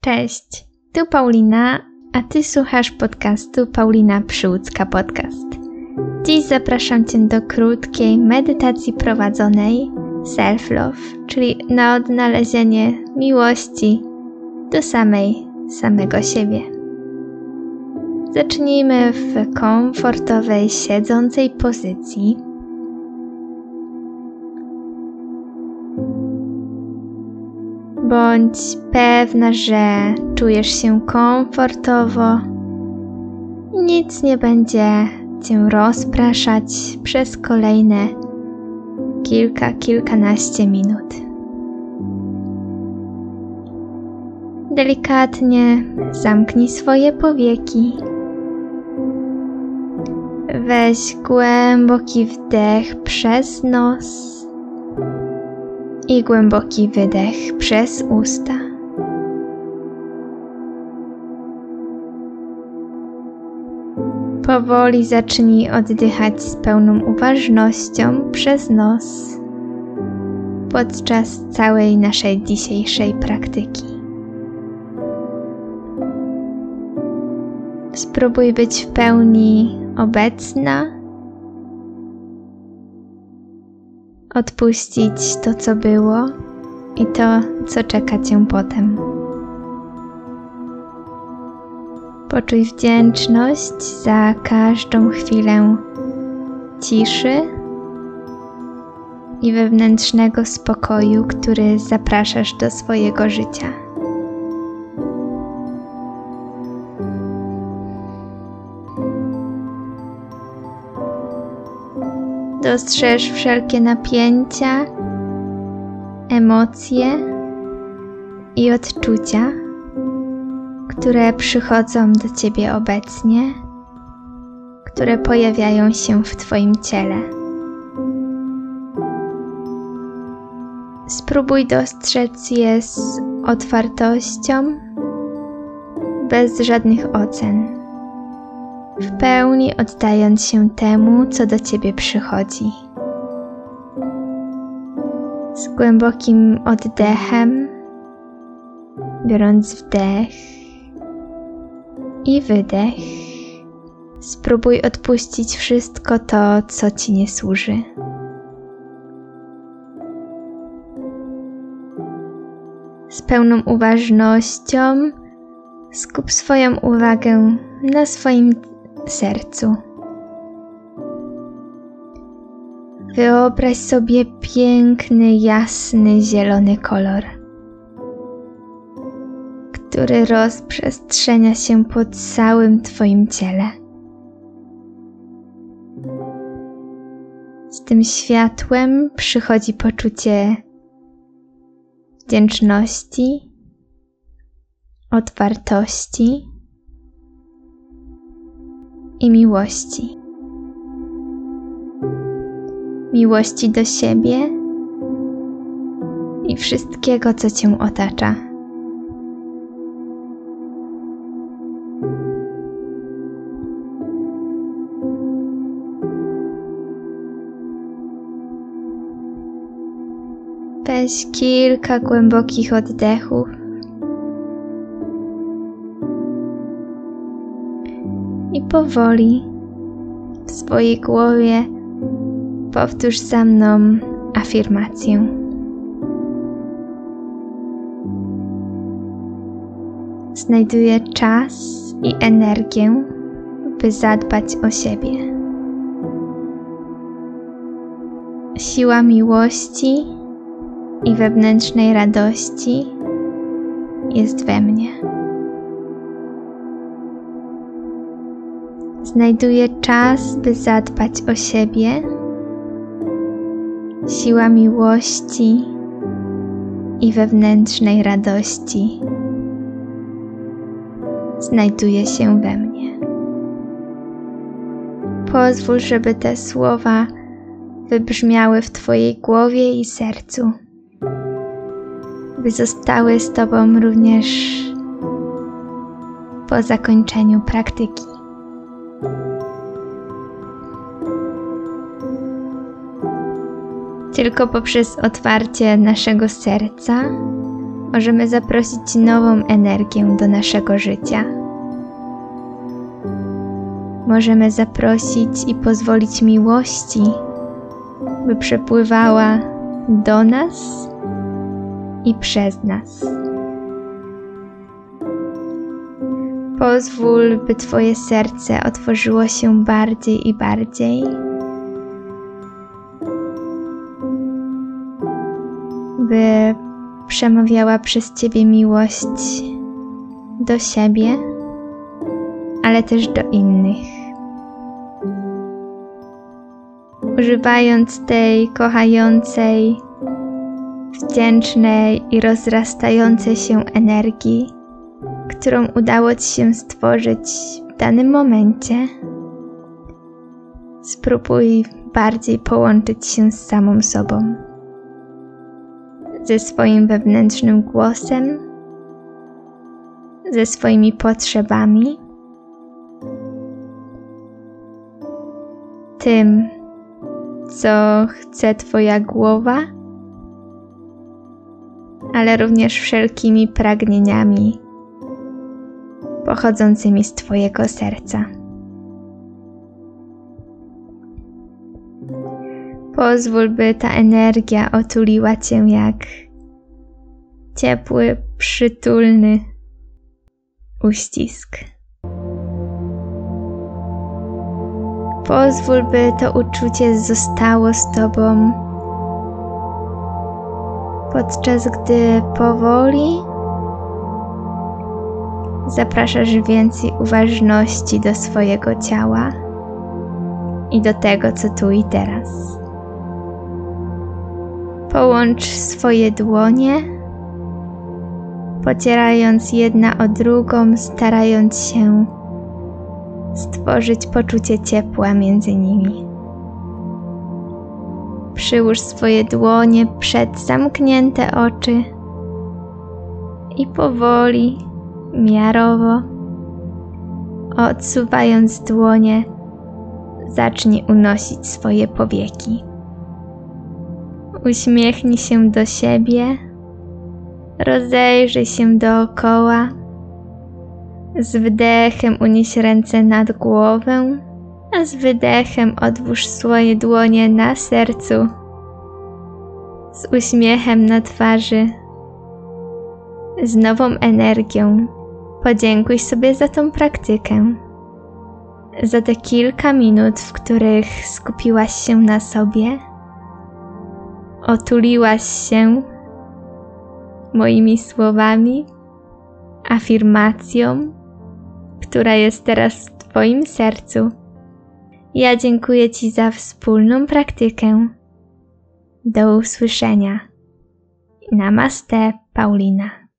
Cześć, tu Paulina, a Ty słuchasz podcastu Paulina Przyłódzka Podcast. Dziś zapraszam Cię do krótkiej medytacji prowadzonej self-love, czyli na odnalezienie miłości do samego siebie. Zacznijmy w komfortowej, siedzącej pozycji. Bądź pewna, że czujesz się komfortowo i nic nie będzie Cię rozpraszać przez kolejne kilkanaście minut. Delikatnie zamknij swoje powieki. Weź głęboki wdech przez nos i głęboki wydech przez usta. Powoli zacznij oddychać z pełną uważnością przez nos podczas całej naszej dzisiejszej praktyki. Spróbuj być w pełni obecna, odpuścić to, co było i to, co czeka Cię potem. Poczuj wdzięczność za każdą chwilę ciszy i wewnętrznego spokoju, który zapraszasz do swojego życia. Dostrzeż wszelkie napięcia, emocje i odczucia, które przychodzą do Ciebie obecnie, które pojawiają się w Twoim ciele. Spróbuj dostrzec je z otwartością, bez żadnych ocen, w pełni oddając się temu, co do Ciebie przychodzi. Z głębokim oddechem, biorąc wdech i wydech, spróbuj odpuścić wszystko to, co Ci nie służy. Z pełną uważnością skup swoją uwagę na swoim sercu. Wyobraź sobie piękny, jasny, zielony kolor, który rozprzestrzenia się po całym Twoim ciele. Z tym światłem przychodzi poczucie wdzięczności, otwartości i miłości. Miłości do siebie i wszystkiego, co Cię otacza. Weź kilka głębokich oddechów i powoli w swojej głowie powtórz za mną afirmację. Znajduję czas i energię, by zadbać o siebie. Siła miłości i wewnętrznej radości jest we mnie. Znajduję czas, by zadbać o siebie. Siła miłości i wewnętrznej radości znajduje się we mnie. Pozwól, żeby te słowa wybrzmiały w Twojej głowie i sercu, by zostały z Tobą również po zakończeniu praktyki. Tylko poprzez otwarcie naszego serca możemy zaprosić nową energię do naszego życia. Możemy zaprosić i pozwolić miłości, by przepływała do nas i przez nas. Pozwól, by Twoje serce otworzyło się bardziej i bardziej. By przemawiała przez Ciebie miłość do siebie, ale też do innych. Używając tej kochającej, wdzięcznej i rozrastającej się energii, którą udało Ci się stworzyć w danym momencie, spróbuj bardziej połączyć się z samą sobą, ze swoim wewnętrznym głosem, ze swoimi potrzebami, tym, co chce Twoja głowa, ale również wszelkimi pragnieniami pochodzącymi z Twojego serca. Pozwól, by ta energia otuliła Cię jak ciepły, przytulny uścisk. Pozwól, by to uczucie zostało z Tobą, podczas gdy powoli zapraszasz więcej uważności do swojego ciała i do tego, co tu i teraz. Połącz swoje dłonie, pocierając jedna o drugą, starając się stworzyć poczucie ciepła między nimi. Przyłóż swoje dłonie przed zamknięte oczy i powoli, miarowo, odsuwając dłonie, zacznij unosić swoje powieki. Uśmiechnij się do siebie, rozejrzyj się dookoła, z wdechem unieś ręce nad głowę, a z wydechem odłóż swoje dłonie na sercu, z uśmiechem na twarzy, z nową energią. Podziękuj sobie za tą praktykę, za te kilka minut, w których skupiłaś się na sobie, otuliłaś się moimi słowami, afirmacją, która jest teraz w Twoim sercu. Ja dziękuję Ci za wspólną praktykę. Do usłyszenia. Namaste, Paulina.